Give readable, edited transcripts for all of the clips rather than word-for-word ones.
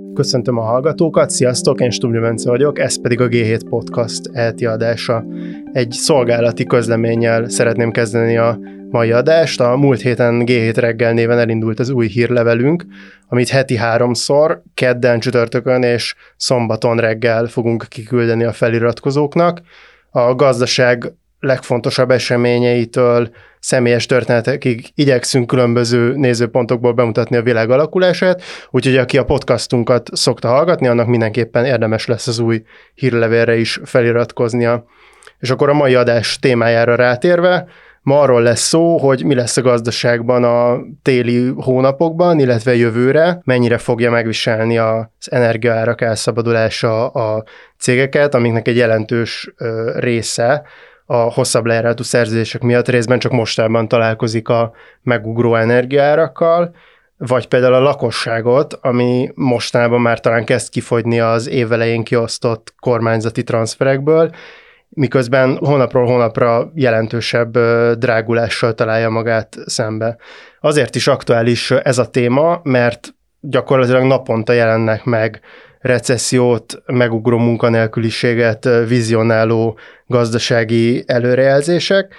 Köszöntöm a hallgatókat, sziasztok, én Stumjó Bence vagyok, ez pedig a G7 Podcast heti adása. Egy szolgálati közleménnyel szeretném kezdeni a mai adást. A múlt héten G7 reggel néven elindult az új hírlevelünk, amit heti 3-szor, kedden, csütörtökön és szombaton reggel fogunk kiküldeni a feliratkozóknak. A gazdaság legfontosabb eseményeitől személyes történetekig igyekszünk különböző nézőpontokból bemutatni a világ alakulását, úgyhogy aki a podcastunkat szokta hallgatni, annak mindenképpen érdemes lesz az új hírlevélre is feliratkoznia. És akkor a mai adás témájára rátérve, ma arról lesz szó, hogy mi lesz a gazdaságban a téli hónapokban, illetve jövőre, mennyire fogja megviselni az energiaárak elszabadulása a cégeket, amiknek egy jelentős része a hosszabb lejáratú szerződések miatt részben csak mostában találkozik a megugró energiaárakkal, vagy például a lakosságot, ami mostanában már talán kezd kifogyni az évelején kiosztott kormányzati transferekből, miközben hónapról hónapra jelentősebb drágulással találja magát szembe. Azért is aktuális ez a téma, mert gyakorlatilag naponta jelennek meg recessziót, megugró munkanélküliséget vizionáló gazdasági előrejelzések,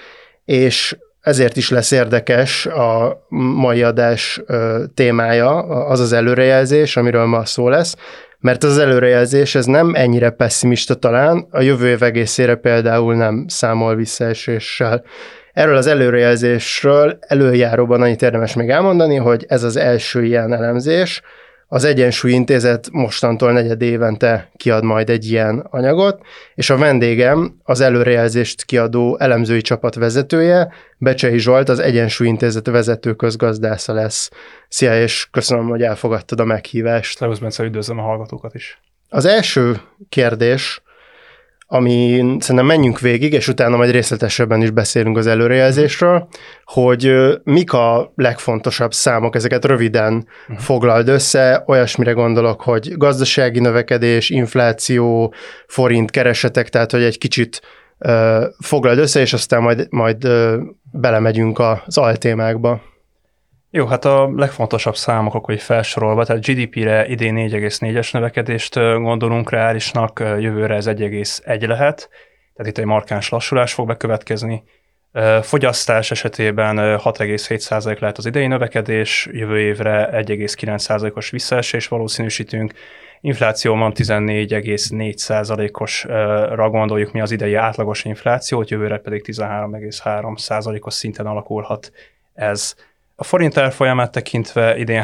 és ezért is lesz érdekes a mai adás témája, az az előrejelzés, amiről ma szó lesz, mert az előrejelzés ez nem ennyire pessimista talán, a jövő év egészére például nem számol visszaeséssel. Erről az előrejelzésről előjáróban annyit érdemes még elmondani, hogy ez az első ilyen elemzés. Az Egyensúly Intézet mostantól negyed évente kiad majd egy ilyen anyagot, és a vendégem az előrejelzést kiadó elemzői csapat vezetője, Becsei Zsolt, az Egyensúly Intézet vezető közgazdásza lesz. Szia, és köszönöm, hogy elfogadtad a meghívást. Szervusz, Bence, üdvözlöm a hallgatókat is. Az első kérdés, ami szerintem menjünk végig, és utána majd részletesebben is beszélünk az előrejelzésről, hogy mik a legfontosabb számok, ezeket röviden foglald össze, olyasmire gondolok, hogy gazdasági növekedés, infláció, forint keresetek, tehát hogy egy kicsit foglald össze, és aztán majd belemegyünk az altémákba. Jó, hát a legfontosabb számok akkor felsorolva, tehát GDP-re idén 4,4-es növekedést gondolunk reálisnak, jövőre ez 1,1 lehet, tehát itt egy markáns lassulás fog bekövetkezni. Fogyasztás esetében 6,7% lehet az idei növekedés, jövő évre 1,9%-os visszaesés valószínűsítünk, inflációban 14,4%-osra gondoljuk mi az idei átlagos inflációt, jövőre pedig 13,3%-os szinten alakulhat ez. A forint árfolyamát tekintve idén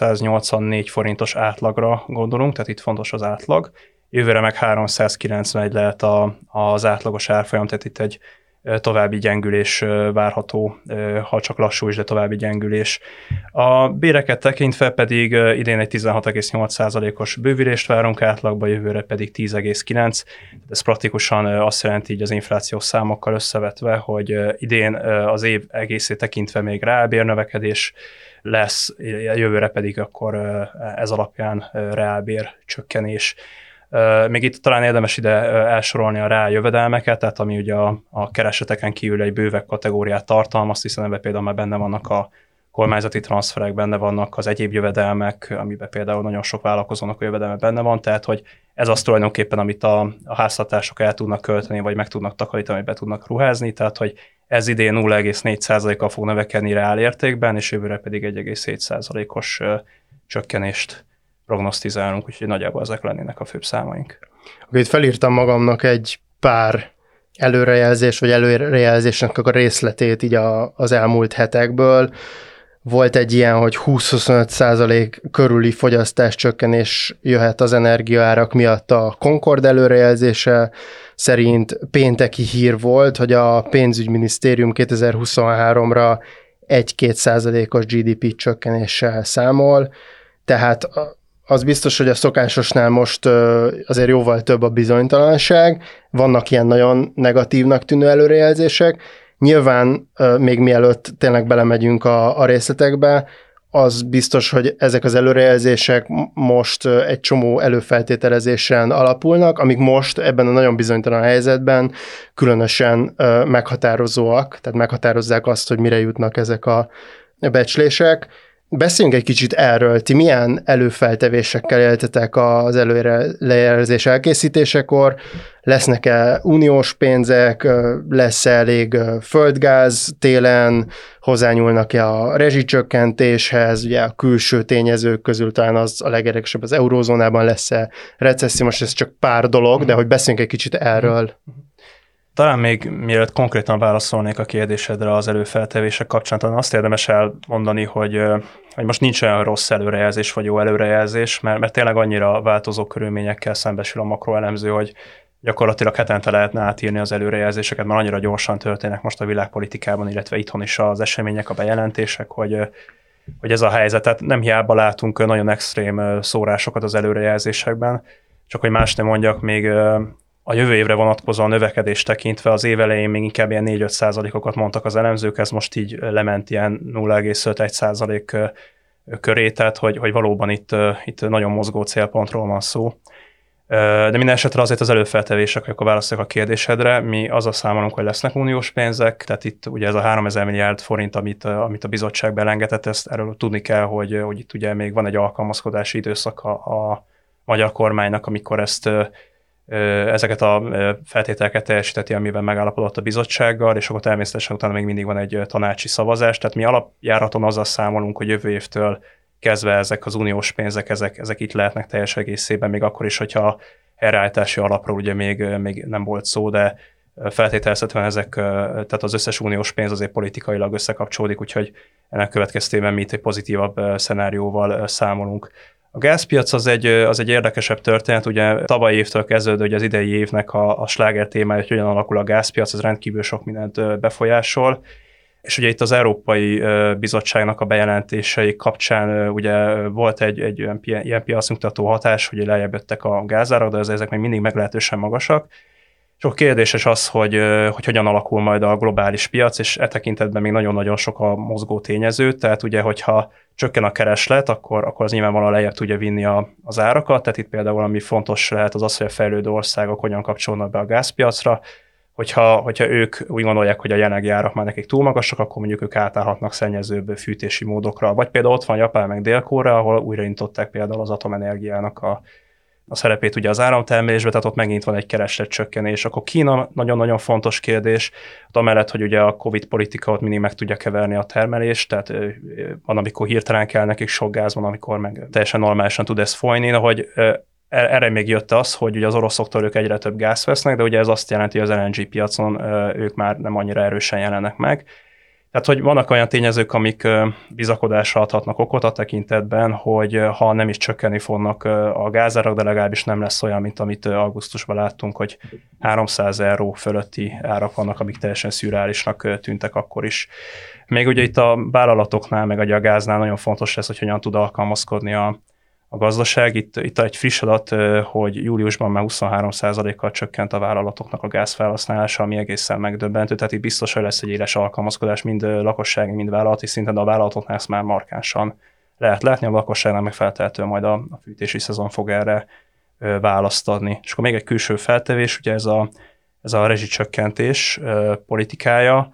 384 forintos átlagra gondolunk, tehát itt fontos az átlag. Jövőre meg 391 lehet az átlagos árfolyam, tehát itt egy további gyengülés várható, ha csak lassú is, de további gyengülés. A béreket tekintve pedig idén egy 16,8%-os bővülést várunk átlagba, jövőre pedig 10,9%. Ez praktikusan azt jelenti így az inflációs számokkal összevetve, hogy idén az év egészét tekintve még reálbérnövekedés lesz, jövőre pedig akkor ez alapján reálbér csökkenés. Még itt talán érdemes ide elsorolni a reáljövedelmeket, tehát ami ugye a kereseteken kívül egy bővebb kategóriát tartalmaz, hiszen ebben például már benne vannak a kormányzati transferek, benne vannak az egyéb jövedelmek, amiben például nagyon sok vállalkozónak a jövedelme benne van, tehát hogy ez az tulajdonképpen, amit a háztartások el tudnak költeni, vagy meg tudnak takarítani, vagy be tudnak ruházni, tehát hogy ez idén 0,4%-kal fog növekedni reál értékben, és jövőre pedig 1,7%-os csökkenést prognosztizálunk, úgyhogy nagyjából ezek lennének a főbb számaink. Akkor itt felírtam magamnak egy pár előrejelzés, vagy előrejelzésnek a részletét így az elmúlt hetekből. Volt egy ilyen, hogy 20-25% körüli fogyasztás csökkenés jöhet az energiaárak miatt a Concord előrejelzése szerint. Pénteki hír volt, hogy a pénzügyminisztérium 2023-ra 1-2%-os GDP csökkenéssel számol, tehát az biztos, hogy a szokásosnál most azért jóval több a bizonytalanság, vannak ilyen nagyon negatívnak tűnő előrejelzések. Nyilván még mielőtt tényleg belemegyünk a részletekbe, az biztos, hogy ezek az előrejelzések most egy csomó előfeltételezésen alapulnak, amik most ebben a nagyon bizonytalan helyzetben különösen meghatározóak, tehát meghatározzák azt, hogy mire jutnak ezek a becslések. Beszéljünk egy kicsit erről. Ti milyen előfeltevésekkel éltetek az előrejelzés elkészítésekor? Lesznek-e uniós pénzek? Lesz-e elég földgáz télen? Hozzányúlnak-e a rezsicsökkentéshez? Ugye a külső tényezők közül talán az a legérdekesebb, az eurózónában lesz-e recesszió? Most ez csak pár dolog, de hogy beszéljünk egy kicsit erről. Talán még mielőtt konkrétan válaszolnék a kérdésedre az előfeltevések kapcsán, talán azt érdemes elmondani, hogy most nincs olyan rossz előrejelzés vagy jó előrejelzés, mert tényleg annyira változó körülményekkel szembesül a makroelemző, hogy gyakorlatilag hetente lehetne átírni az előrejelzéseket, mert annyira gyorsan történnek most a világpolitikában, illetve itthon is az események, a bejelentések, hogy ez a helyzet. Tehát nem hiába látunk nagyon extrém szórásokat az előrejelzésekben, csak hogy más nem mondjak, még a jövő évre vonatkozóan növekedést tekintve az év elején még inkább ilyen 4-5%-okat mondtak az elemzők, ez most így lement ilyen 0,5-1% köré, tehát hogy valóban itt nagyon mozgó célpontról van szó. De minden esetre azért az előfeltevések, akkor válaszolok a kérdésedre, mi azzal számolunk, hogy lesznek uniós pénzek, tehát itt ugye ez a 3000 milliárd forint, amit a bizottság belengetett, ezt erről tudni kell, hogy itt ugye még van egy alkalmazkodási időszaka a magyar kormánynak, amikor ezeket a feltételeket teljesíteti, amiben megállapodott a bizottsággal, és akkor természetesen utána még mindig van egy tanácsi szavazás, tehát mi alapjáraton azzal számolunk, hogy jövő évtől kezdve ezek az uniós pénzek, ezek itt lehetnek teljes egészében, még akkor is, hogyha helyreállítási alapról ugye még nem volt szó, de feltételezhetően ezek, tehát az összes uniós pénz azért politikailag összekapcsolódik, úgyhogy ennek következtében mi itt egy pozitívabb szenárióval számolunk. A gázpiac az egy érdekesebb történet, ugye tavalyi évtől kezdődő, hogy az idei évnek a sláger témája, hogy hogyan alakul a gázpiac, az rendkívül sok mindent befolyásol, és ugye itt az Európai Bizottságnak a bejelentései kapcsán ugye volt egy ilyen piacmutató hatás, hogy lejjebb jöttek a gázárak, de ezek még mindig meglehetősen magasak. És akkor kérdéses az, hogy hogyan alakul majd a globális piac, és e tekintetben még nagyon-nagyon sok a mozgó tényező, tehát ugye, hogyha csökken a kereslet, akkor az nyilvánvalóan lejjebb tudja vinni az árakat, tehát itt például ami fontos lehet az, hogy a fejlődő országok hogyan kapcsolnak be a gázpiacra, hogyha ők úgy gondolják, hogy a jelenlegi árak már nekik túl magasak, akkor mondjuk ők átállhatnak szennyezőbb fűtési módokra. Vagy például ott van Japán meg Dél-Korea, ahol újraindították például az atomenergiának a szerepét ugye az áramtermelésben, tehát ott megint van egy keresletcsökkenés. Akkor Kína nagyon-nagyon fontos kérdés, amellett, hogy ugye a Covid politika ott mindig meg tudja keverni a termelést, tehát van, amikor hirtelen kell nekik sok gáz, van, amikor meg teljesen normálisan tud ez folyni, hogy erre még jött az, hogy ugye az oroszoktól ők egyre több gáz vesznek, de ugye ez azt jelenti, hogy az LNG piacon ők már nem annyira erősen jelennek meg. Tehát, hogy vannak olyan tényezők, amik bizakodásra adhatnak okot a tekintetben, hogy ha nem is csökkenni fognak a gázárak, de legalábbis nem lesz olyan, mint amit augusztusban láttunk, hogy 300 euró fölötti árak vannak, amik teljesen szürreálisnak tűntek akkor is. Még ugye itt a vállalatoknál, meg a gáznál nagyon fontos lesz, hogy hogyan tud alkalmazkodni a gazdaság. Itt egy friss adat, hogy júliusban már 23%-kal csökkent a vállalatoknak a gázfelhasználása, ami egészen megdöbbentő, tehát itt biztos, hogy lesz egy éles alkalmazkodás mind lakossági, mind vállalati szinten, de a vállalatoknál ezt már markánsan lehet látni, a lakosságnál meg feltehetően majd a fűtési szezon fog erre választ adni. És akkor még egy külső feltevés, ugye ez a rezsicsökkentés politikája.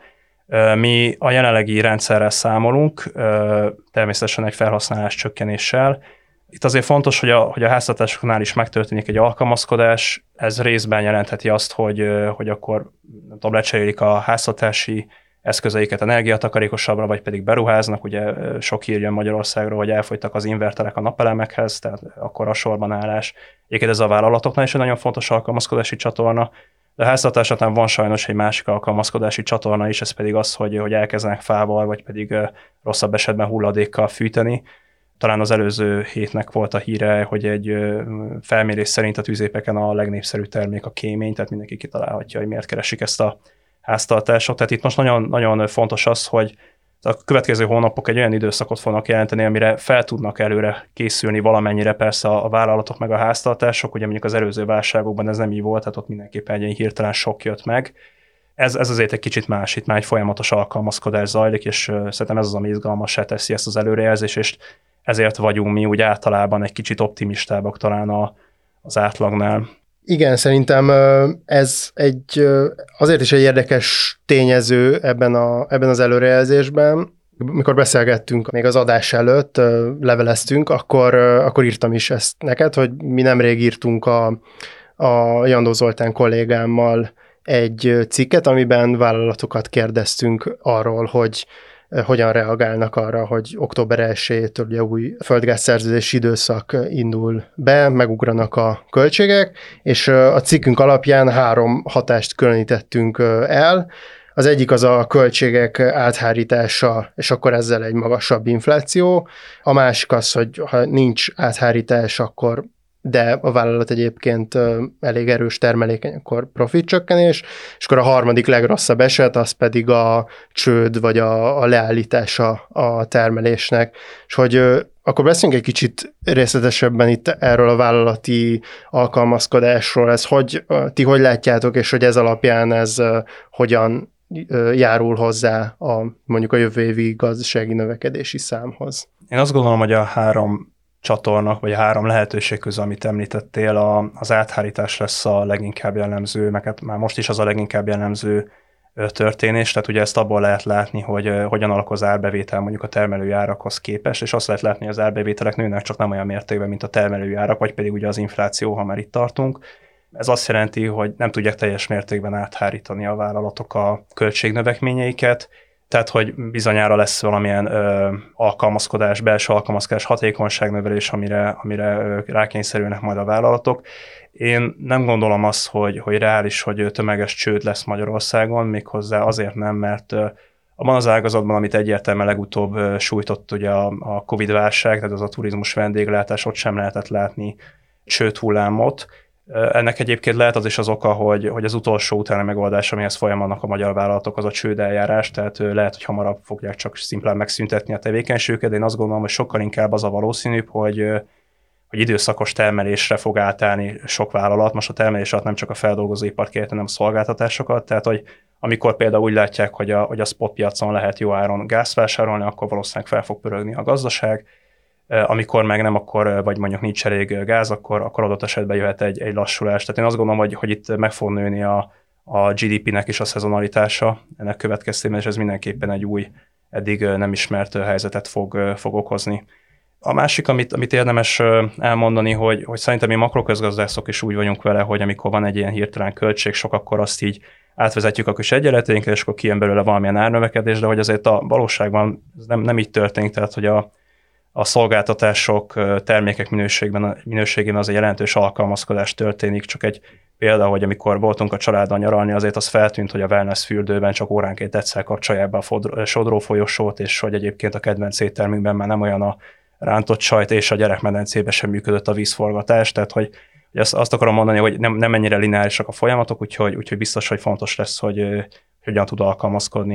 Mi a jelenlegi rendszerrel számolunk, természetesen egy felhasználás csökkenéssel. Itt azért fontos, hogy a háztartásoknál is megtörténik egy alkalmazkodás, ez részben jelentheti azt, hogy akkor lecserélik a háztartási eszközeiket energiatakarékosabbra, vagy pedig beruháznak, ugye sok hír jön Magyarországról, hogy elfogytak az inverterek a napelemekhez, tehát akkor a sorban állás. Egyébként ez a vállalatoknál is egy nagyon fontos alkalmazkodási csatorna, de a háztartásoknál van sajnos egy másik alkalmazkodási csatorna is, ez pedig az, hogy elkezdenek fával, vagy pedig rosszabb esetben hulladékkal fűteni. Talán az előző hétnek volt a híre, hogy egy felmérés szerint a tűzépeken a legnépszerűbb termék a kémény, tehát mindenki kitalálhatja, hogy miért keresik ezt a háztartások. Tehát itt most nagyon, nagyon fontos az, hogy a következő hónapok egy olyan időszakot fognak jelenteni, amire fel tudnak előre készülni valamennyire persze a vállalatok meg a háztartások. Ugye mondjuk az előző válságokban ez nem így volt, tehát ott mindenképpen egy hirtelen sok jött meg. Ez azért egy kicsit más, itt már egy folyamatos alkalmazkodás zajlik, és szerintem ez az, ami izgalmassá teszi ezt az előrejelzést, és ezért vagyunk mi úgy általában egy kicsit optimistábbak talán az átlagnál. Igen, szerintem ez azért is egy érdekes tényező ebben az előrejelzésben, Mikor beszélgettünk még az adás előtt, leveleztünk, akkor írtam is ezt neked, hogy mi nemrég írtunk a Jandó Zoltán kollégámmal egy cikket, amiben vállalatokat kérdeztünk arról, hogy hogyan reagálnak arra, hogy október 1-től ugye új földgázszerződési időszak indul be, megugranak a költségek, és a cikkünk alapján 3 hatást különítettünk el. Az egyik az a költségek áthárítása, és akkor ezzel egy magasabb infláció. A másik az, hogy ha nincs áthárítás, de a vállalat egyébként elég erős termelékeny, akkor profitcsökkenés, és akkor a harmadik legrosszabb eset, az pedig a csőd, vagy a leállítása a termelésnek. És hogy akkor beszéljünk egy kicsit részletesebben itt erről a vállalati alkalmazkodásról, ti hogy látjátok, és hogy ez alapján ez hogyan járul hozzá mondjuk a jövő évi gazdasági növekedési számhoz? Én azt gondolom, hogy a 3 csatorna, vagy a 3 lehetőség közül, amit említettél, az áthárítás lesz a leginkább jellemző, meg hát már most is az a leginkább jellemző történés, tehát ugye ezt abból lehet látni, hogy hogyan alakul az árbevétel mondjuk a termelői árakhoz képest, és azt lehet látni, hogy az árbevételek nőnek, csak nem olyan mértékben, mint a termelői árak, vagy pedig ugye az infláció, ha már itt tartunk. Ez azt jelenti, hogy nem tudják teljes mértékben áthárítani a vállalatok a költségnövekményeiket, tehát hogy bizonyára lesz valamilyen alkalmazkodás, belső alkalmazkodás, hatékonyságnövelés, amire rákényszerülnek majd a vállalatok. Én nem gondolom azt, hogy reális, hogy tömeges csőd lesz Magyarországon, méghozzá azért nem, mert abban az ágazatban, amit egyértelműen legutóbb sújtott ugye a Covid-válság, tehát az a turizmus vendéglátás, ott sem lehetett látni csődhullámot. Ennek egyébként lehet az is az oka, hogy az utolsó utáni megoldás, amihez folyamadnak a magyar vállalatok, az a csődeljárás, tehát lehet, hogy hamarabb fogják csak szimplán megszüntetni a tevékenységüket, de én azt gondolom, hogy sokkal inkább az a valószínűbb, hogy időszakos termelésre fog átállni sok vállalat. Most a termelés alatt nem csak a feldolgozóipart kérte, hanem a szolgáltatásokat, tehát hogy amikor például úgy látják, hogy a spot piacon lehet jó áron gázt vásárolni, akkor valószínűleg fel fog pörögni a gazdaság. Amikor meg nem, vagy mondjuk nincs elég gáz, akkor adott esetben jöhet egy lassulás. Tehát én azt gondolom, hogy itt meg fog nőni a GDP-nek is a szezonalitása ennek következtében, és ez mindenképpen egy új, eddig nem ismert helyzetet fog okozni. A másik, amit érdemes elmondani, hogy szerintem mi makroközgazdászok is úgy vagyunk vele, hogy amikor van egy ilyen hirtelen költségsok, akkor azt így átvezetjük a kis egyenleteinkre, és akkor kijön belőle valamilyen árnövekedés, de hogy azért a valóságban ez nem így történik, tehát hogy a szolgáltatások, termékek minőségében az egy jelentős alkalmazkodás történik, csak egy példa, hogy amikor voltunk a családdal nyaralni, azért az feltűnt, hogy a wellness fürdőben csak óránként egyszer kapcsolják be a sodró folyosót, és hogy egyébként a kedvenc éttermünkben már nem olyan a rántott sajt, és a gyerekmedencében sem működött a vízforgatás, tehát hogy azt akarom mondani, hogy nem ennyire lineárisak a folyamatok, úgyhogy biztos, hogy fontos lesz, hogy hogyan tud alkalmazkodni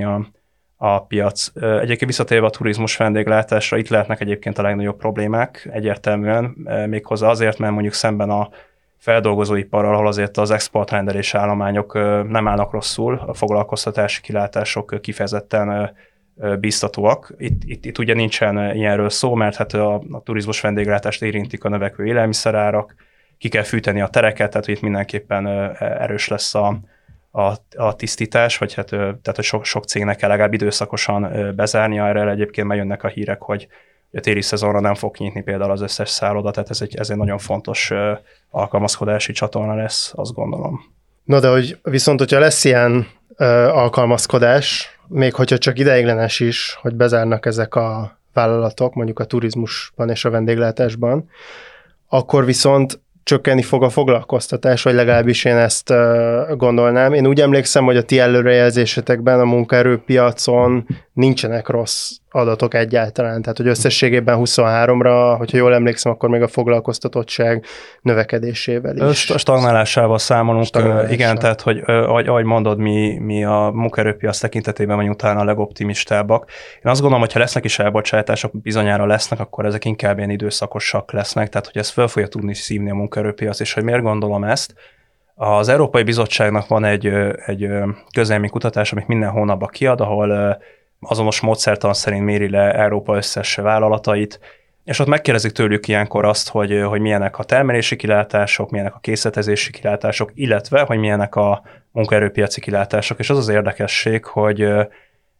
a piac. Egyébként visszatérve a turizmus vendéglátásra, itt lehetnek egyébként a legnagyobb problémák egyértelműen, méghozzá azért, mert mondjuk szemben a feldolgozóiparral, ahol azért az exportrendelés állományok nem állnak rosszul, a foglalkoztatási kilátások kifejezetten biztatóak. Itt ugye nincsen ilyenről szó, mert hát a turizmus vendéglátást érintik a növekvő élelmiszerárak, ki kell fűteni a tereket, tehát itt mindenképpen erős lesz a tisztítás, vagy tehát hogy sok cégnek kell legalább időszakosan bezárnia, erre egyébként már jönnek a hírek, hogy a téli szezonra nem fog nyitni például az összes szálloda, tehát ez egy nagyon fontos alkalmazkodási csatorna lesz, azt gondolom. No, de hogyha lesz ilyen alkalmazkodás, még hogyha csak ideiglenes is, hogy bezárnak ezek a vállalatok, mondjuk a turizmusban és a vendéglátásban, akkor viszont csökkenni fog a foglalkoztatás, vagy legalábbis én ezt gondolnám. Én úgy emlékszem, hogy a ti előrejelzésetekben a munkaerőpiacon nincsenek rossz adatok egyáltalán, tehát hogy összességében 23-ra, hogyha jól emlékszem, akkor még a foglalkoztatottság növekedésével is. Stagnálásával számolunk, igen, tehát hogy ahogy mondod, mi a munkaerőpiac tekintetében vagyunk talán a legoptimistábbak. Én azt gondolom, hogy ha lesznek is elbocsátások, bizonyára lesznek, akkor ezek inkább ilyen időszakosak lesznek, tehát hogy ezt fel fogja tudni szívni a munkaerőpiac, és hogy miért gondolom ezt. Az Európai Bizottságnak van egy közélmény kutatás, amit minden hónapban kiad, ahol azonos módszertan szerint méri le Európa összes vállalatait, és ott megkérdezik tőlük ilyenkor azt, hogy milyenek a termelési kilátások, milyenek a készletezési kilátások, illetve hogy milyenek a munkaerőpiaci kilátások. És az az érdekesség, hogy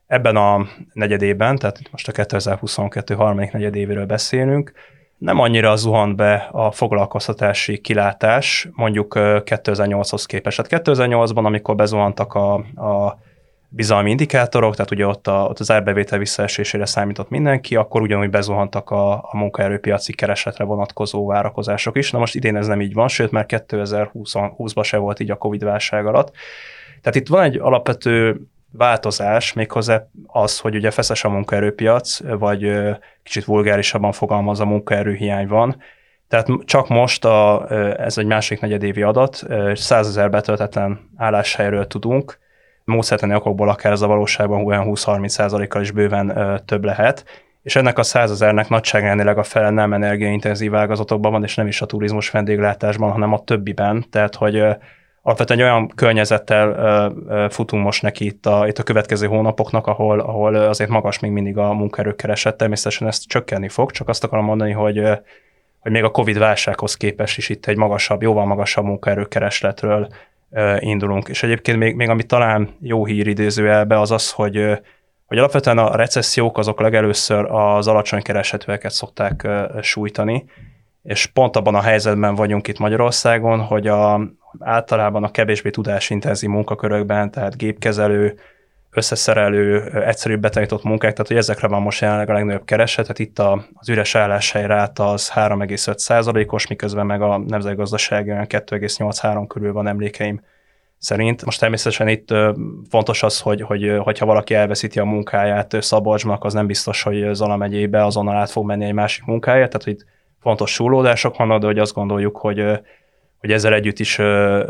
ebben a negyedében, tehát most a 2022 harmadik negyedévéről beszélünk, nem annyira zuhant be a foglalkoztatási kilátás, mondjuk 2008-hoz képest. Tehát 2008-ban, amikor bezuhantak a bizalmi indikátorok, tehát ugye ott az árbevétel visszaesésére számított mindenki, akkor ugyanúgy bezuhantak a munkaerőpiaci keresletre vonatkozó várakozások is. Na most idén ez nem így van, sőt már 2020-ban se volt így a Covid-válság alatt. Tehát itt van egy alapvető változás, méghozzá az, hogy ugye feszes a munkaerőpiac, vagy kicsit vulgárisabban fogalmazva munkaerőhiány van. Tehát csak most, ez egy másik negyedévi adat, 100 000 betöltetlen álláshelyről tudunk, módszertani okokból akár ez a valóságban olyan 20-30%-kal is bőven több lehet, és ennek a 100 000-nek nagyságrendileg a fele nem energiaintenzív ágazatokban van, és nem is a turizmus vendéglátásban, hanem a többiben, tehát hogy alapvetően egy olyan környezettel futunk most neki itt a következő hónapoknak, ahol azért magas még mindig a munkaerőkereset, természetesen ezt csökkenni fog, csak azt akarom mondani, hogy még a Covid-válsághoz képest is itt egy jóval magasabb munkaerőkeresletről indulunk. És egyébként még ami talán jó hír idézőjelbe az az, hogy alapvetően a recessziók azok legelőször az alacsony keresetűeket szokták sújtani, és pont abban a helyzetben vagyunk itt Magyarországon, hogy általában a kevésbé tudásintenzív munkakörökben, tehát gépkezelő, összeszerelő, egyszerűbb betanított munkák, tehát hogy ezekre van most jelenleg a legnagyobb kereset, tehát itt az üres álláshely ráta az 3,5%-os, miközben meg a nemzeti gazdaság olyan 2,83 körül van emlékeim szerint. Most természetesen itt fontos az, hogyha valaki elveszíti a munkáját Szabolcsnak, az nem biztos, hogy Zala megyébe azonnal át fog menni egy másik munkáját, tehát hogy itt fontos súlódások vannak, de hogy azt gondoljuk, hogy ezzel együtt is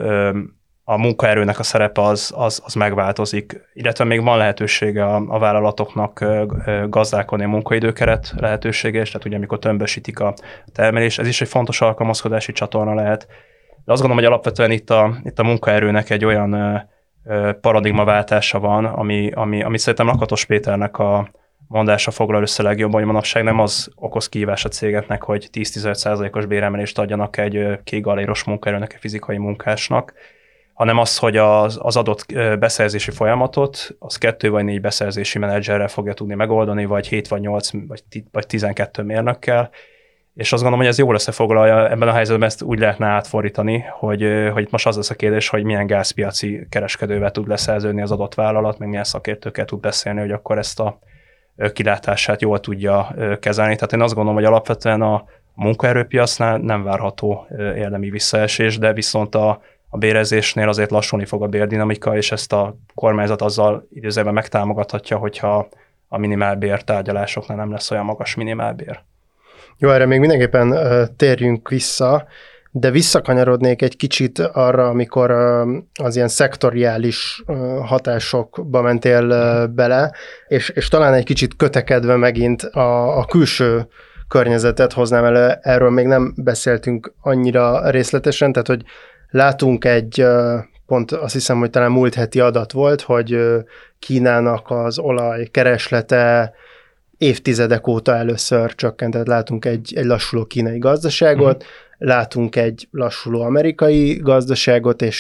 a munkaerőnek a szerepe az megváltozik, illetve még van lehetősége a vállalatoknak gazdálkodni a munkaidőkeret lehetősége, és tehát ugye amikor tömbösítik a termelés, ez is egy fontos alkalmazkodási csatorna lehet. De azt gondolom, hogy alapvetően itt a munkaerőnek egy olyan paradigmaváltása van, ami szerintem Lakatos Péternek a mondása foglal össze legjobban, hogy manapság nem az okoz kihívás a cégeknek, hogy 10-15%-os béremelést adjanak egy kékgaléros munkaerőnek, egy fizikai munkásnak, hanem az, hogy az adott beszerzési folyamatot az 2 vagy 4 beszerzési menedzserrel fogja tudni megoldani, vagy 7 vagy 8 vagy 12 mérnökkel, és azt gondolom, hogy ez jól összefoglalja, ebben a helyzetben ezt úgy lehetne átfordítani, hogy most az lesz a kérdés, hogy milyen gázpiaci kereskedővel tud leszerződni az adott vállalat, meg milyen szakértőkkel tud beszélni, hogy akkor ezt a kilátását jól tudja kezelni. Tehát én azt gondolom, hogy alapvetően a munkaerőpiacnál nem várható érdemi visszaesés, de viszont a bérezésnél azért lassulni fog a bérdinamika, és ezt a kormányzat azzal időzőben megtámogathatja, hogyha a minimálbér tárgyalásoknál nem lesz olyan magas minimálbér. Jó, erre még mindenképpen térjünk vissza, de visszakanyarodnék egy kicsit arra, amikor az ilyen szektoriális hatásokba mentél bele, és talán egy kicsit kötekedve megint a külső környezetet hoznám elő, erről még nem beszéltünk annyira részletesen, tehát hogy látunk pont azt hiszem, hogy talán múlt heti adat volt, hogy Kínának az olaj kereslete évtizedek óta először csökkent, tehát látunk egy lassuló kínai gazdaságot, látunk egy lassuló amerikai gazdaságot, és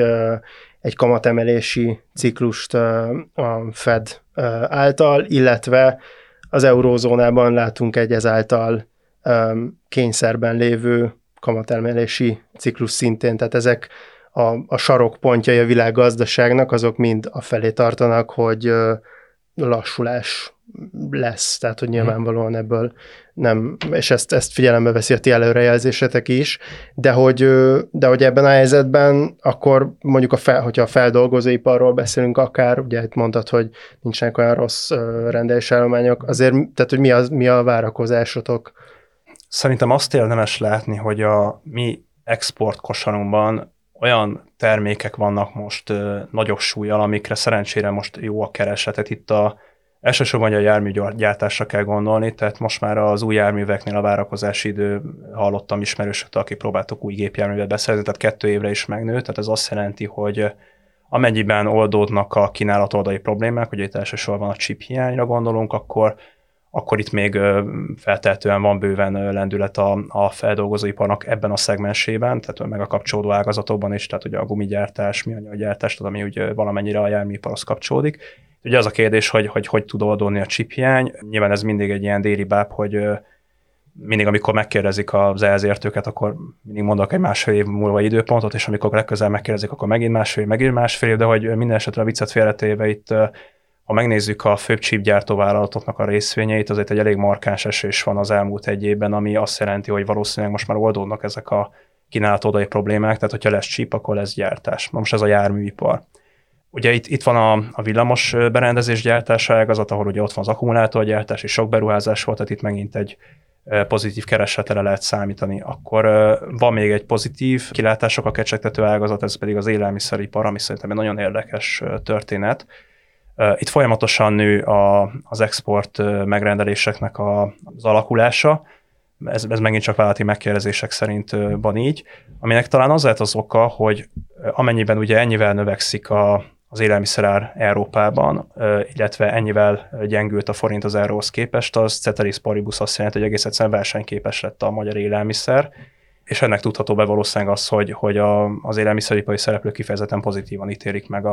egy kamatemelési ciklust a Fed által, illetve az eurózónában látunk egy ezáltal kényszerben lévő kamatemelési ciklus szintén, tehát ezek a sarokpontjai a világgazdaságnak, azok mind afelé tartanak, hogy lassulás lesz, tehát hogy nyilvánvalóan ebből nem, és ezt figyelembe veszi a ti előrejelzésetek is, de hogy ebben a helyzetben akkor mondjuk, hogyha a feldolgozóiparról beszélünk akár, ugye itt mondtad, hogy nincsenek olyan rossz rendelésállományok, azért, tehát hogy mi a várakozásotok? Szerintem azt érdemes látni, hogy a mi export kosarunkban olyan termékek vannak most nagyobb súllyal, amikre szerencsére most jó a kereslet. Itt elsősorban a járműgyártásra kell gondolni, tehát most már az új járműveknél a várakozási idő, hallottam ismerősöktől, akik próbáltak új gépjárművet beszerzni, tehát 2 évre is megnőtt, tehát ez azt jelenti, hogy amennyiben oldódnak a kínálatoldali problémák, hogy itt elsősorban a chip hiányra gondolunk, akkor itt még feltehetően van bőven lendület a feldolgozóiparnak ebben a szegmensében, tehát meg a kapcsolódó ágazatokban is, tehát ugye a gumigyártás, műanyaggyártás, ami úgy valamennyire a járműiparhoz kapcsolódik. Ugye az a kérdés, hogy tud oldódni a chiphiány. Nyilván ez mindig egy ilyen déli báb, hogy mindig, amikor megkérdezik az elzértőket, akkor mindig mondok egy másfél év múlva időpontot, és amikor legközelebb megkérdezik, akkor megint másfél év, de hogy minden esetre a viccet félretéve itt, ha megnézzük a főbb chipgyártó vállalatoknak a részvényeit, azért egy elég markáns esés van az elmúlt egy évben, ami azt jelenti, hogy valószínűleg most már oldódnak ezek a kínálat-oldali problémák, tehát hogyha lesz chip, akkor lesz gyártás. Most ez a járműipar. Ugye itt van a villamos berendezés gyártása ágazat, ahol ugye ott van az akkumulátorgyártás, és sok beruházás volt, tehát itt megint egy pozitív keresletre lehet számítani. Akkor van még egy pozitív kilátások a kecsegtető ágazat, ez pedig az élelmiszeripar, ami szerintem egy nagyon érdekes történet. Itt folyamatosan nő az export megrendeléseknek az alakulása, ez megint csak vállalati megkérdezések szerint van így, aminek talán az lehet az oka, hogy amennyiben ugye ennyivel növekszik az élelmiszerár Európában, illetve ennyivel gyengült a forint az euróhoz képest, az ceteris paribus azt jelenti, hogy egész egyszerűen versenyképes lett a magyar élelmiszer, és ennek tudható be valószínűleg az, hogy az élelmiszeripari szereplők kifejezetten pozitívan ítélik meg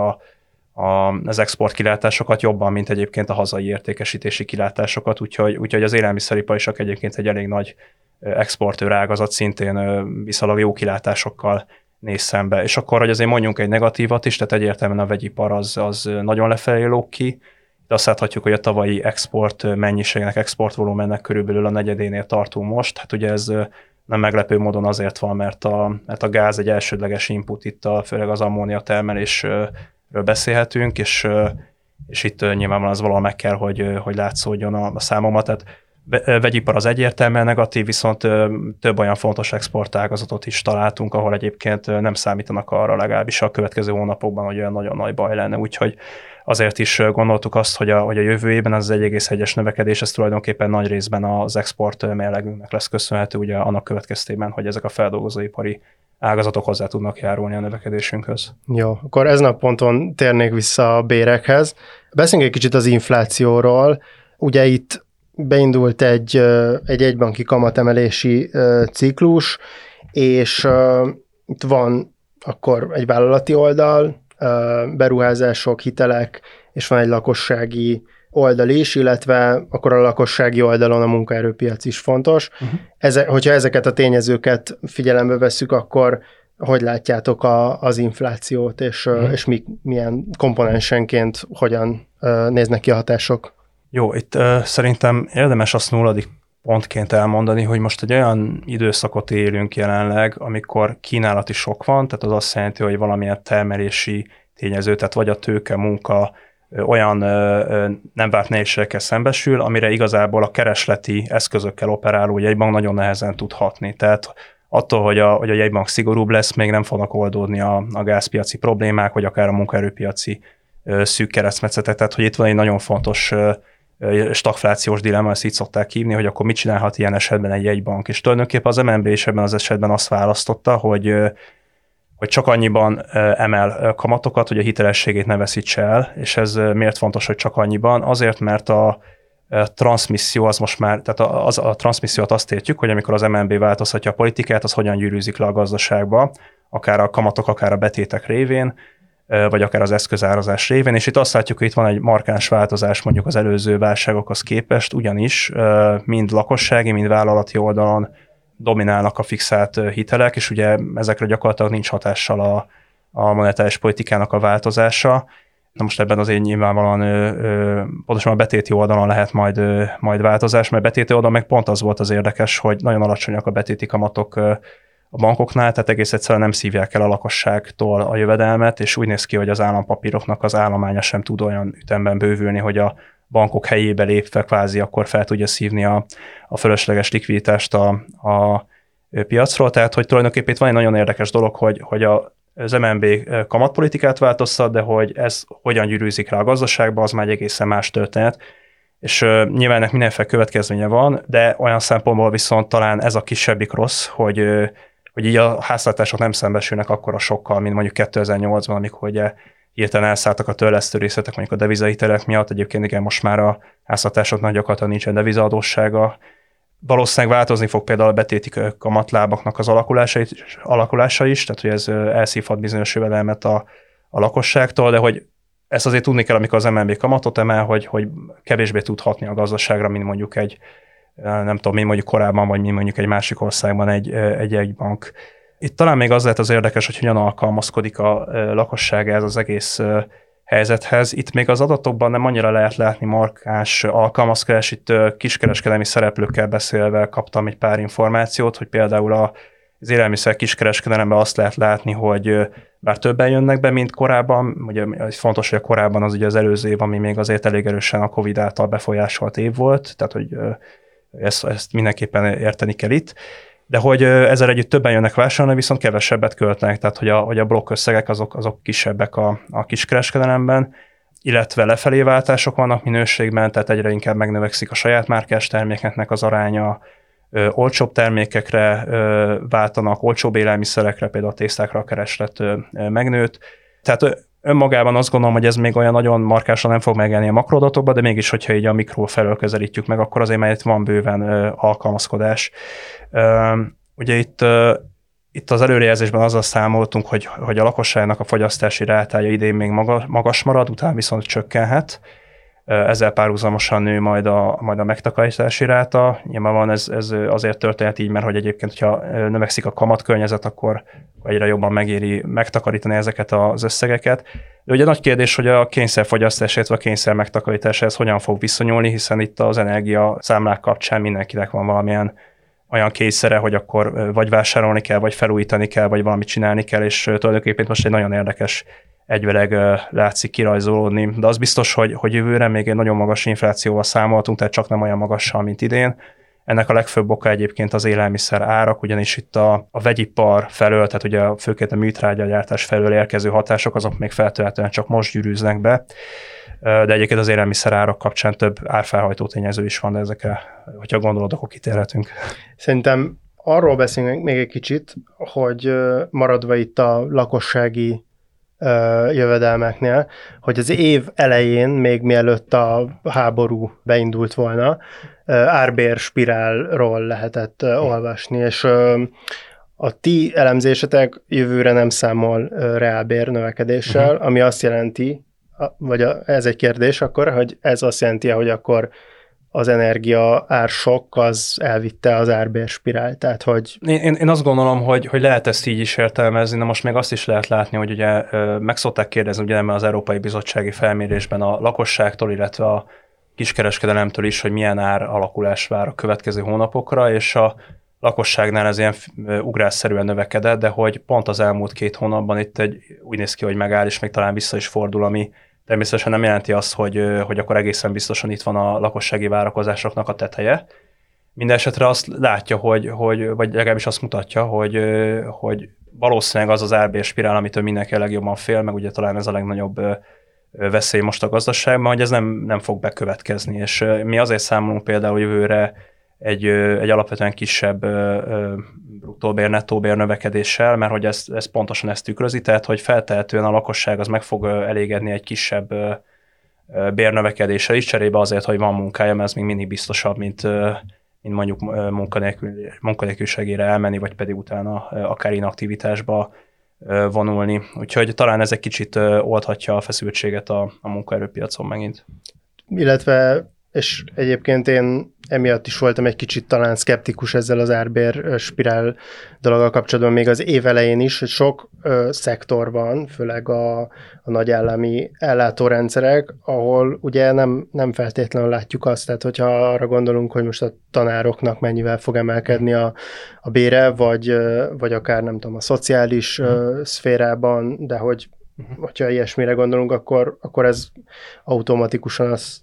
az export kilátásokat jobban, mint egyébként a hazai értékesítési kilátásokat, úgyhogy az élelmiszeripar is egyébként egy elég nagy exportőr ágazat, szintén viszonylag jó kilátásokkal néz szembe. És akkor, hogy azért mondjunk egy negatívat is, tehát egyértelműen a vegyipar az nagyon lefelé lóg ki, de azt láthatjuk, hogy a tavalyi export mennyiségnek, exportvolumennek körülbelül a negyedénél tartunk most. Hát ugye ez nem meglepő módon azért van, mert a gáz egy elsődleges input, itt főleg az ammónia termelésről beszélhetünk, és itt nyilvánvalóan az valahol meg kell, hogy látszódjon a számomat. Tehát vegyipar az egyértelműen negatív, viszont több olyan fontos exportágazatot is találtunk, ahol egyébként nem számítanak arra legalábbis a következő hónapokban, hogy olyan nagyon nagy baj lenne. Úgyhogy azért is gondoltuk azt, hogy a jövő évben az 1,1-es növekedés, ez tulajdonképpen nagy részben az export mérlegünknek lesz köszönhető, ugye annak következtében, hogy ezek a feldolgozóipari ágazatok hozzá tudnak járulni a növekedésünkhöz. Jó, akkor ezen a ponton térnék vissza a bérekhez. Beszéljünk egy kicsit az inflációról. Ugye itt beindult egy jegybanki kamatemelési ciklus, és itt van akkor egy vállalati oldal, beruházások, hitelek, és van egy lakossági oldal is, illetve akkor a lakossági oldalon a munkaerőpiac is fontos. Hogyha ezeket a tényezőket figyelembe vesszük, akkor hogy látjátok az inflációt, és milyen komponensenként hogyan néznek ki a hatások? Jó, itt szerintem érdemes azt nulladik pontként elmondani, hogy most egy olyan időszakot élünk jelenleg, amikor kínálati sok van, tehát az azt jelenti, hogy valamilyen termelési tényező, tehát vagy a tőke, munka olyan nem várt nehézségekkel szembesül, amire igazából a keresleti eszközökkel operáló jegybank nagyon nehezen tud hatni. Tehát attól, hogy a jegybank szigorúbb lesz, még nem fognak oldódni a gázpiaci problémák, vagy akár a munkaerőpiaci szűk keresztmetszetek. Tehát, hogy itt van egy nagyon fontos stagflációs dilemma, ezt így szokták hívni, hogy akkor mit csinálhat ilyen esetben egy jegybank. És tulajdonképpen az MNB is ebben az esetben azt választotta, hogy csak annyiban emel kamatokat, hogy a hitelességét ne veszítse el, és ez miért fontos, hogy csak annyiban? Azért, mert a transzmisszió az most már, tehát a transzmissziót azt értjük, hogy amikor az MNB változtatja a politikát, az hogyan gyűrűzik le a gazdaságba, akár a kamatok, akár a betétek révén, vagy akár az eszközárazás révén, és itt azt látjuk, hogy itt van egy markáns változás mondjuk az előző válságokhoz képest, ugyanis mind lakossági, mind vállalati oldalon dominálnak a fixált hitelek, és ugye ezekre gyakorlatilag nincs hatással a monetáris politikának a változása. Na most ebben azért nyilvánvalóan pontosan a betéti oldalon lehet majd változás, mert betéti oldalon meg pont az volt az érdekes, hogy nagyon alacsonyak a betéti kamatok a bankoknál, tehát egész egyszerűen nem szívják el a lakosságtól a jövedelmet, és úgy néz ki, hogy az állampapíroknak az állománya sem tud olyan ütemben bővülni, hogy a bankok helyébe lépve kvázi akkor fel tudja szívni a fölösleges likviditást a piacról. Tehát, hogy tulajdonképpen itt van egy nagyon érdekes dolog, hogy az MNB kamatpolitikát változtat, de hogy ez hogyan gyűrűzik rá a gazdaságba, az már egy egészen más történet. És nyilván ennek mindenféle következménye van, de olyan szempontból viszont talán ez a kisebbik rossz, hogy így a háztartások nem szembesülnek akkora sokkal, mint mondjuk 2008-ban, amikor ugye hirtelen elszálltak a törlesztő részletek, mondjuk a devizahitelek miatt. Egyébként igen, most már a háztartásoknak gyakorlatilag nincsen devizaadóssága. Valószínűleg változni fog például a betéti kamatlábaknak az alakulása is, tehát hogy ez elszívhat bizonyos jövedelmet a lakosságtól, de hogy ezt azért tudni kell, amikor az MNB kamatot emel, hogy kevésbé tud hatni a gazdaságra, mint mondjuk nem tudom, mint mondjuk korábban, vagy mint mondjuk egy másik országban egy bank. Itt talán még az lehet az érdekes, hogy hogyan alkalmazkodik a lakosság ez az egész helyzethez. Itt még az adatokban nem annyira lehet látni markáns alkalmazkodás, itt kiskereskedelmi szereplőkkel beszélve kaptam egy pár információt, hogy például az élelmiszer kiskereskedelemben azt lehet látni, hogy bár többen jönnek be, mint korábban, ugye fontos, hogy a korábban az ugye az előző év, ami még azért elég erősen a Covid által befolyásolt év volt, tehát hogy ezt mindenképpen érteni kell itt, de hogy ezzel együtt többen jönnek vásárolni, viszont kevesebbet költnek, tehát hogy a blokkösszegek azok kisebbek a kiskereskedelemben, illetve lefelé váltások vannak minőségben, tehát egyre inkább megnövekszik a saját márkás termékeknek az aránya, olcsóbb termékekre váltanak, olcsóbb élelmiszerekre, például a tésztákra a kereslet megnőtt. Tehát önmagában azt gondolom, hogy ez még olyan nagyon markásan nem fog megjelenni a makroadatokban, de mégis, hogyha így a mikro felől közelítjük meg, akkor azért már itt van bőven alkalmazkodás. Ugye itt az előrejelzésben azzal számoltunk, hogy a lakosságnak a fogyasztási rátája idén még magas marad, utána viszont csökkenhet. Ezzel párhuzamosan nő majd a megtakarítási ráta. Nyilvánvalóan ez azért történhet így, mert hogy egyébként, hogyha növekszik a kamatkörnyezet, akkor egyre jobban megéri megtakarítani ezeket az összegeket. De ugye nagy kérdés, hogy a kényszerfogyasztás, illetve a kényszer megtakarítása ez hogyan fog viszonyulni, hiszen itt az energia számlák kapcsán mindenkinek van valamilyen olyan kényszere, hogy akkor vagy vásárolni kell, vagy felújítani kell, vagy valamit csinálni kell, és tulajdonképpen most egy nagyon érdekes egyveleg látszik kirajzolódni. De az biztos, hogy jövőre még egy nagyon magas inflációval számoltunk, tehát csak nem olyan magassal, mint idén. Ennek a legfőbb oka egyébként az élelmiszer árak, ugyanis itt a vegyipar felől, tehát ugye főként a műtrágyagyártás felől érkező hatások, azok még feltétlenül csak most gyűrűznek be, de egyébként az élelmiszer árak kapcsán több árfelhajtó tényező is van, de ezekre, hogyha gondolod, akkor kitérhetünk. Szerintem arról beszélünk még egy kicsit, hogy maradva itt a lakossági jövedelmeknél, hogy az év elején, még mielőtt a háború beindult volna, árbér spirálról lehetett olvasni, és a ti elemzésetek jövőre nem számol reálbér növekedéssel, ami azt jelenti, vagy ez egy kérdés akkor, hogy ez azt jelenti, hogy akkor az energia ársokk az elvitte az árbérspirált, tehát hogy... Én azt gondolom, hogy lehet ezt így is értelmezni, de most még azt is lehet látni, hogy ugye meg szokták kérdezni ugye az Európai Bizottsági Felmérésben a lakosságtól, illetve a kiskereskedelemtől is, hogy milyen ár alakulás vár a következő hónapokra, és a lakosságnál ez ilyen ugrásszerűen növekedett, de hogy pont az elmúlt 2 hónapban itt úgy néz ki, hogy megáll, és még talán vissza is fordul, ami természetesen nem jelenti azt, hogy akkor egészen biztosan itt van a lakossági várakozásoknak a teteje. Mindenesetre azt látja, vagy legalábbis azt mutatja, hogy valószínűleg az az árbérspirál, amitől mindenki a legjobban fél, meg ugye talán ez a legnagyobb veszély most a gazdaságban, hogy ez nem fog bekövetkezni. És mi azért számolunk például jövőre egy alapvetően kisebb bruttóbér, nettóbér növekedéssel, mert hogy ez pontosan ezt tükrözi, tehát hogy feltehetően a lakosság az meg fog elégedni egy kisebb bérnövekedéssel is, cserébe azért, hogy van munkája, mert ez még mindig biztosabb, mint mondjuk munkanélküliségére elmenni, vagy pedig utána akár inaktivitásba vonulni. Úgyhogy talán ez egy kicsit oldhatja a feszültséget a munkaerőpiacon megint. Illetve, és egyébként én emiatt is voltam egy kicsit talán szkeptikus ezzel az árbér spirál dologgal kapcsolatban még az év elején is, hogy sok szektor van, főleg a nagy állami ellátórendszerek, ahol ugye nem feltétlenül látjuk azt, tehát hogyha arra gondolunk, hogy most a tanároknak mennyivel fog emelkedni a bére, vagy akár nem tudom, a szociális szférában, de hogyha ilyesmire gondolunk, akkor ez automatikusan az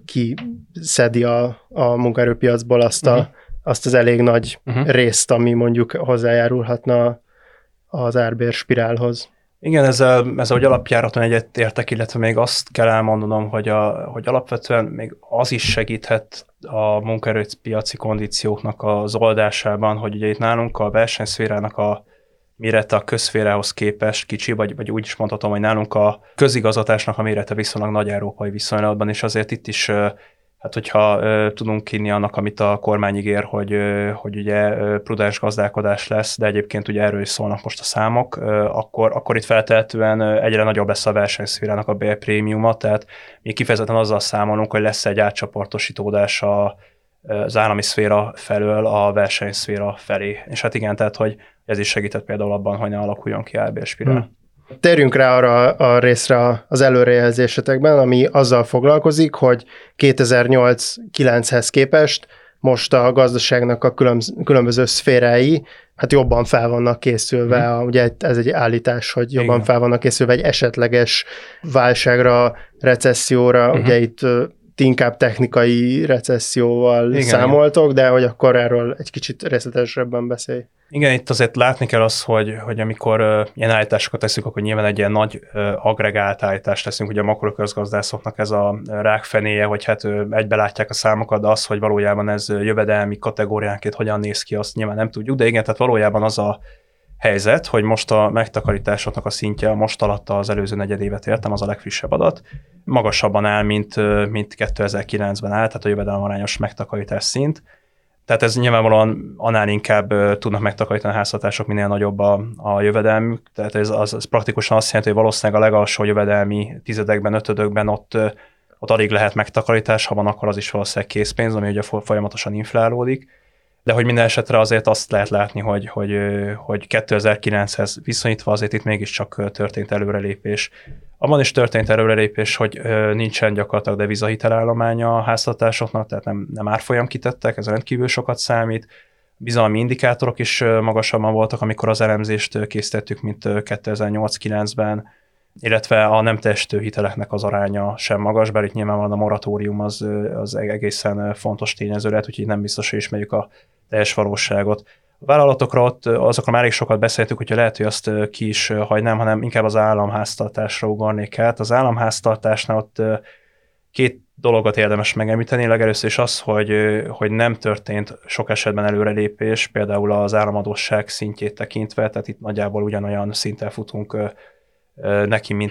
kiszedi a munkaerőpiacból azt az elég nagy részt, ami mondjuk hozzájárulhatna az árbérspirálhoz. Igen, ezzel hogy alapjáraton egyetértek, illetve még azt kell elmondanom, hogy alapvetően még az is segíthet a munkaerőpiaci kondícióknak az oldásában, hogy ugye itt nálunk a versenyszférának a mérete a közszférához képest kicsi, vagy úgy is mondhatom, hogy nálunk a közigazgatásnak a mérete viszonylag nagy európai viszonylatban, és azért itt is Hát, hogyha tudunk hinni annak, amit a kormány ígér, hogy ugye prudens gazdálkodás lesz, de egyébként ugye erről is szólnak most a számok, akkor itt feltehetően egyre nagyobb lesz a versenyszférának a bérprémiuma, tehát mi kifejezetten azzal számolunk, hogy lesz egy átcsoportosítódás az állami szféra felől a versenyszféra felé. És hát igen, tehát hogy ez is segített például abban, hogy ne alakuljon ki árbérspirál. Térjünk rá arra a részre az előrejelzésetekben, ami azzal foglalkozik, hogy 2008-9-hez képest most a gazdaságnak a különböző szférái hát jobban fel vannak készülve, ugye ez egy állítás, hogy jobban fel vannak készülve egy esetleges válságra, recesszióra, ugye itt inkább technikai recesszióval számoltok, de hogy akkor erről egy kicsit részletesebben beszélj. Igen, itt azért látni kell azt, hogy amikor ilyen állításokat teszünk, akkor nyilván egy ilyen nagy agregált állítást teszünk, ugye a makroközgazdászoknak ez a rákfenéje, hogy hát egybe látják a számokat, de az, hogy valójában ez jövedelmi kategóriánként hogyan néz ki, azt nyilván nem tudjuk, de igen, tehát valójában az a helyzet, hogy most a megtakarításoknak a szintje most alatta az előző negyedévet értem, az a legfrissebb adat, magasabban áll, mint 2009-ben áll, tehát a jövedelemarányos megtakarítás szint. Tehát ez nyilvánvalóan annál inkább tudnak megtakarítani a háztartások, minél nagyobb a jövedelmük. Tehát ez praktikusan azt jelenti, hogy valószínűleg a legalsó jövedelmi tizedekben, ötödökben ott alig lehet megtakarítás, ha van, akkor az is valószínűleg készpénz, ami ugye folyamatosan inflálódik. De hogy minden esetre azért azt lehet látni, hogy 2009-hez viszonyítva azért itt mégiscsak történt előrelépés. Abban is történt előrelépés, hogy nincsen gyakorlatilag devizahitelállománya a háztartásoknak, tehát nem árfolyam kitettek, ez rendkívül sokat számít. Bizalmi indikátorok is magasabban voltak, amikor az elemzést készítettük, mint 2008-9-ben, illetve a nem teljesítő hiteleknek az aránya sem magas, bár itt nyilvánvalóan a moratórium az egészen fontos tényező lehet, úgyhogy nem biztos, hogy ismerjük a teljes valóságot. A vállalatokra azokra már elég sokat beszéltük, hogyha lehet, hogy azt ki is hagynám, hanem inkább az államháztartásra ugornék át. Az államháztartásnál ott két dologot érdemes megemlíteni. Legelőször is az, hogy nem történt sok esetben előrelépés, például az államadósság szintjét tekintve, tehát itt nagyjából ugyanolyan szinten futunk neki, mint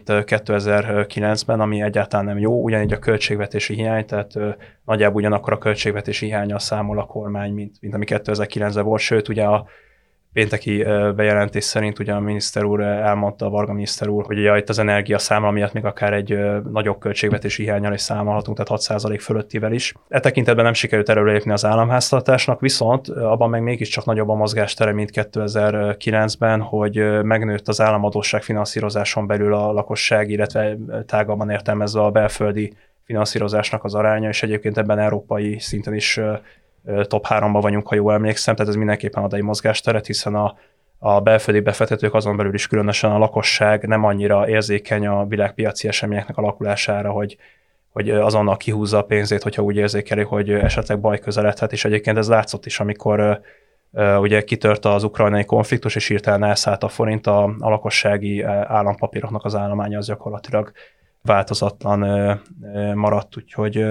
2009-ben, ami egyáltalán nem jó, ugyanígy a költségvetési hiány, tehát nagyjából ugyanakkor a költségvetési hiánnyal számol a kormány, mint ami 2009-ben volt, sőt, ugye a pénteki bejelentés szerint ugye a miniszter úr elmondta, a Varga miniszter úr, hogy ugye itt az energia számla miatt még akár egy nagyobb költségvetési hiánnyal is számolhatunk, tehát 6% fölöttivel is. E tekintetben nem sikerült előrelépni az államháztartásnak, viszont abban meg mégiscsak nagyobb a mozgástere, mint 2009-ben, hogy megnőtt az államadósság finanszírozáson belül a lakosság, illetve tágabban értelmezve a belföldi finanszírozásnak az aránya, és egyébként ebben európai szinten is top 3-ban vagyunk, ha jól emlékszem, tehát ez mindenképpen ad egy mozgásteret, hiszen a belföldi befektetők, azon belül is különösen a lakosság nem annyira érzékeny a világpiaci eseményeknek alakulására, hogy azonnal kihúzza a pénzét, hogyha úgy érzékeli, hogy esetleg baj közeledhet, és egyébként ez látszott is, amikor ugye kitört az ukrajnai konfliktus, és hirtelen elszállt a forint, a lakossági állampapíroknak az állománya az gyakorlatilag változatlan maradt, úgyhogy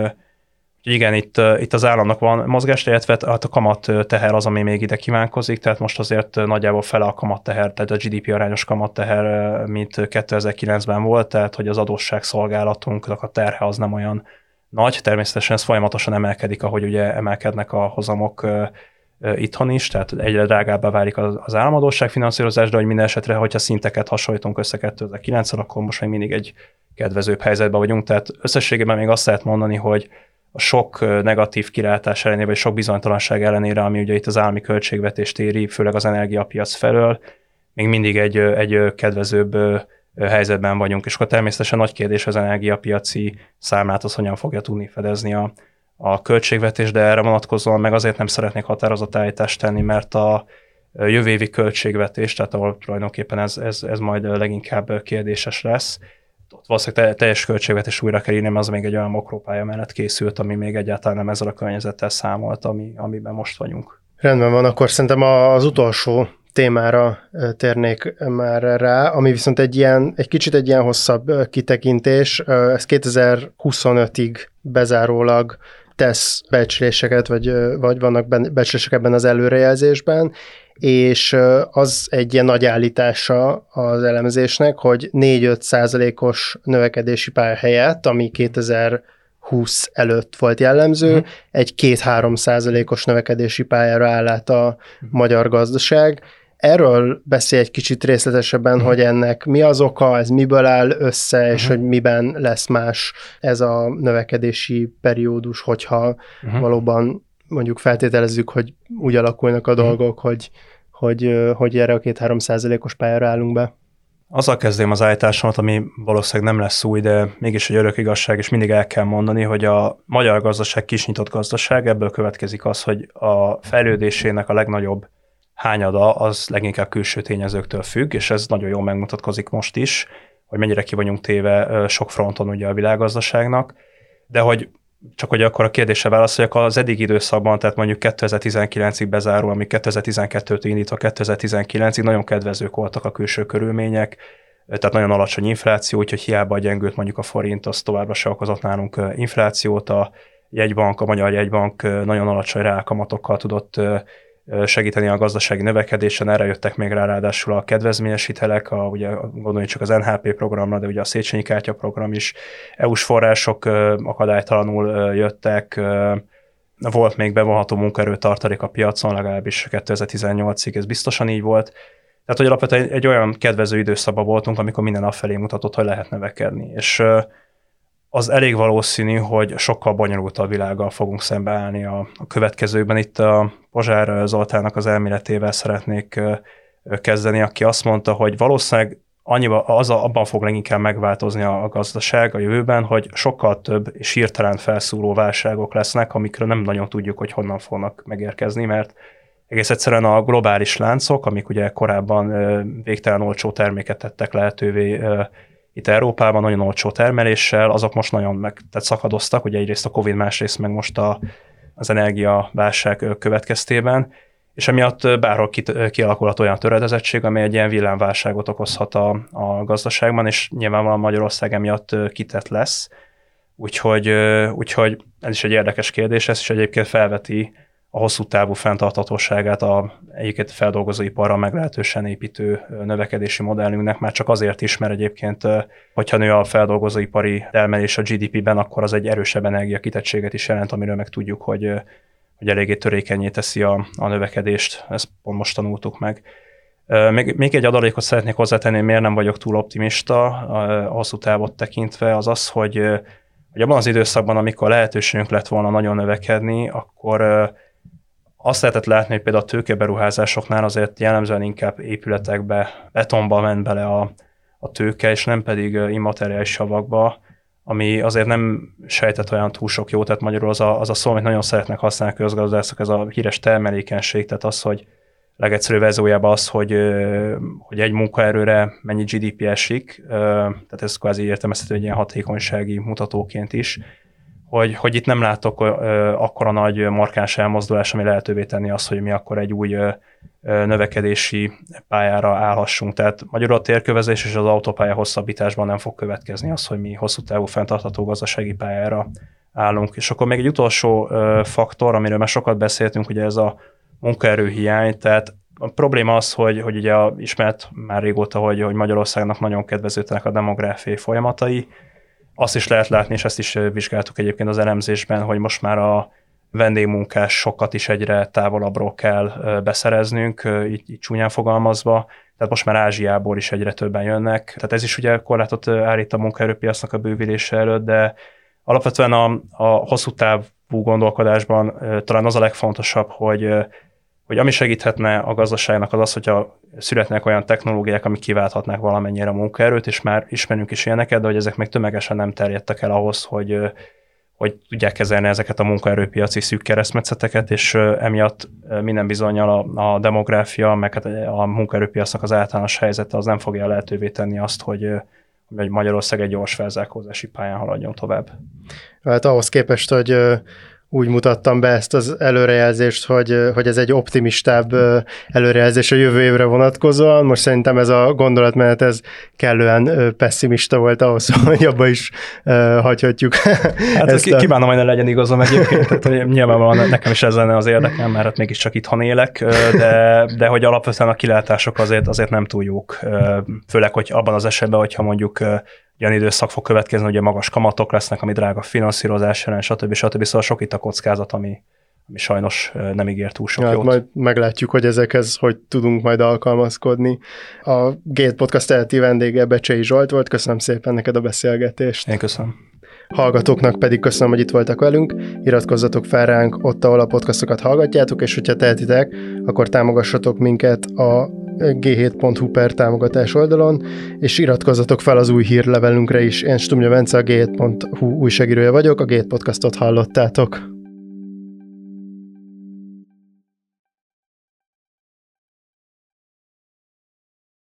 igen, itt az államnak van mozgás, illetve a kamat teher az, ami még ide kívánkozik, tehát most azért nagyjából fele a kamatteher, tehát a GDP arányos kamatteher, mint 2009-ben volt, tehát hogy az adósságszolgálatunknak a terhe az nem olyan nagy, természetesen ez folyamatosan emelkedik, ahogy ugye emelkednek a hozamok itthon is, tehát egyre drágábbá válik az államadósság finanszírozás, de hogy minden esetre, hogyha szinteket hasonlítunk össze 2009-el, akkor most még mindig egy kedvezőbb helyzetben vagyunk, tehát összességében még azt lehet mondani, hogy a sok negatív kilátás ellenére, vagy sok bizonytalanság ellenére, ami ugye itt az állami költségvetést éri, főleg az energiapiac felől, még mindig egy kedvezőbb helyzetben vagyunk. És akkor természetesen nagy kérdés az energiapiaci számlát, az hogyan fogja tudni fedezni a költségvetés, de erre vonatkozóan meg azért nem szeretnék határozott állítást tenni, mert a jövő évi költségvetés, tehát ahol tulajdonképpen ez majd leginkább kérdéses lesz, ott valószínűleg teljes költségvetés újra kell írni, mert az még egy olyan makrópálya mellett készült, ami még egyáltalán nem ezzel a környezettel számolt, amiben most vagyunk. Rendben van, akkor szerintem az utolsó témára térnék már rá, ami viszont egy kicsit egy ilyen hosszabb kitekintés. Ez 2025-ig bezárólag tesz becsléseket, vagy vannak becslések ebben az előrejelzésben, és az egy ilyen nagy állítása az elemzésnek, hogy 4-5%-os növekedési pálya helyett, ami 2020 előtt volt jellemző, egy 2-3%-os növekedési pályára áll át a magyar gazdaság. Erről beszélj egy kicsit részletesebben, hogy ennek mi az oka, ez miből áll össze, és hogy miben lesz más ez a növekedési periódus, hogyha valóban mondjuk feltételezzük, hogy úgy alakulnak a dolgok, hogy erre a 2-3%-os pályára állunk be. Azzal kezdém az állításomat, ami valószínűleg nem lesz új, de mégis egy örök igazság, és mindig el kell mondani, hogy a magyar gazdaság kisnyitott gazdaság, ebből következik az, hogy a fejlődésének a legnagyobb hányada az leginkább külső tényezőktől függ, és ez nagyon jól megmutatkozik most is, hogy mennyire ki vagyunk téve sok fronton ugye a világgazdaságnak, de hogy csak hogy akkor a kérdésre válaszoljak, az eddig időszakban, tehát mondjuk 2019-ig bezárul, amíg 2012-től indítva 2019-ig nagyon kedvezők voltak a külső körülmények, tehát nagyon alacsony infláció, úgyhogy hiába gyengült mondjuk a forint, az továbbra se okozott nálunk inflációt, a magyar jegybank nagyon alacsony reálkamatokkal tudott segíteni a gazdasági növekedésen, erre jöttek még ráadásul a kedvezményes hitelek, ugye gondoljuk csak az NHP programra, de ugye a Széchenyi kártya program is, EU-s források akadálytalanul jöttek, volt még bevonható munkaerőtartalék a piacon, legalábbis 2018-ig ez biztosan így volt. Tehát, hogy alapvetően egy olyan kedvező időszakban voltunk, amikor minden afelé mutatott, hogy lehet növekedni. És az elég valószínű, hogy sokkal bonyolultabb világgal fogunk szembeállni a következőkben. Itt a Pozsár Zoltánnak az elméletével szeretnék kezdeni, aki azt mondta, hogy valószínűleg abban fog leginkább megváltozni a gazdaság a jövőben, hogy sokkal több és hirtelen felszúró válságok lesznek, amikről nem nagyon tudjuk, hogy honnan fognak megérkezni, mert egész egyszerűen a globális láncok, amik ugye korábban végtelen olcsó terméket tettek lehetővé itt Európában, nagyon olcsó termeléssel, azok most nagyon szakadoztak, ugye egyrészt a Covid, másrészt meg most az energiaválság következtében, és emiatt bárhol kialakulhat olyan töredezettség, ami egy ilyen villámválságot okozhat a gazdaságban, és nyilvánvalóan Magyarország emiatt kitett lesz. Úgyhogy ez is egy érdekes kérdés, ez is egyébként felveti a hosszú távú fenntarthatóságát egyiket feldolgozóiparra meglehetősen építő növekedési modellünknek, már csak azért is, mert egyébként, hogyha nő a feldolgozóipari termelés a GDP-ben, akkor az egy erősebb energiakitettséget is jelent, amiről meg tudjuk, hogy eléggé törékenyé teszi a növekedést, ezt pont most tanultuk meg. Még egy adalékot szeretnék hozzátenni, miért nem vagyok túl optimista a hosszú távot tekintve, az az, hogy abban az időszakban, amikor lehetőségünk lett volna nagyon növekedni, akkor azt lehetett látni, hogy például a tőkeberuházásoknál azért jellemzően inkább épületekbe, betonba ment bele a tőke, és nem pedig immateriális javakba, ami azért nem sejtett olyan túl sok jó, tehát magyarul az a szó, amit nagyon szeretnek használni a közgazdászok, ez a híres termelékenység, tehát az, hogy legegyszerűbb verziójában az, hogy egy munkaerőre mennyi GDP esik, tehát ez kvázi értelmezhető egy ilyen hatékonysági mutatóként is, hogy itt nem látok akkora nagy markáns elmozdulás, ami lehetővé tenni azt, hogy mi akkor egy új növekedési pályára állhassunk. Tehát magyarul a térkövezés és az autópálya hosszabbításban nem fog következni az, hogy mi hosszú távú fenntartható gazdasági pályára állunk. És akkor még egy utolsó faktor, amiről már sokat beszéltünk, ugye ez a munkaerőhiány, tehát a probléma az, hogy ugye ismert már régóta, hogy Magyarországnak nagyon kedvezőtlenek a demográfiai folyamatai. Azt is lehet látni, és ezt is vizsgáltuk egyébként az elemzésben, hogy most már a vendégmunkásokat is egyre távolabbról kell beszereznünk, így csúnyán fogalmazva. Tehát most már Ázsiából is egyre többen jönnek. Tehát ez is ugye korlátot állít a munkaerőpiacnak a bővítése előtt, de alapvetően a hosszú távú gondolkodásban talán az a legfontosabb, hogy ami segíthetne a gazdaságnak az, hogyha születnek olyan technológiák, amik kiválthatnák valamennyire a munkaerőt, és már ismerünk is ilyeneket, de hogy ezek még tömegesen nem terjedtek el ahhoz, hogy tudják kezelni ezeket a munkaerőpiaci szűk keresztmetszeteket, és emiatt minden bizonnyal a demográfia, meg a munkaerőpiacnak az általános helyzete az nem fogja lehetővé tenni azt, hogy Magyarország egy gyors felzárkózási pályán haladjon tovább. Hát ahhoz képest, hogy úgy mutattam be ezt az előrejelzést, hogy ez egy optimistább előrejelzés a jövő évre vonatkozóan. Most szerintem ez a gondolatmenet ez kellően pessimista volt ahhoz, hogy abba is hagyhatjuk. Hát kívánom, hogy ne legyen igazam egyébként, tehát nyilvánvalóan nekem is ez lenne az érdekem, mert hát mégiscsak itthon élek, de hogy alapvetően a kilátások azért nem túl jók. Főleg, hogy abban az esetben, hogyha mondjuk olyan időszak fog következni, hogy magas kamatok lesznek, ami drága finanszírozás jelen, stb. Szóval sok itt a kockázat, ami sajnos nem ígér túl sok jót. Majd meglátjuk, hogy ezekhez hogy tudunk majd alkalmazkodni. A Gate Podcast elti vendége Becsei Zsolt volt, köszönöm szépen neked a beszélgetést. Én köszönöm. Hallgatóknak pedig köszönöm, hogy itt voltak velünk, iratkozzatok fel ránk ott, ahol a podcastokat hallgatjátok, és hogyha tehetitek, akkor támogassatok minket a g7.hu per támogatás oldalon, és iratkozzatok fel az új hírlevelünkre is. Én Stumja Bence, a g7.hu újságírója vagyok, a G7 Podcastot hallottátok.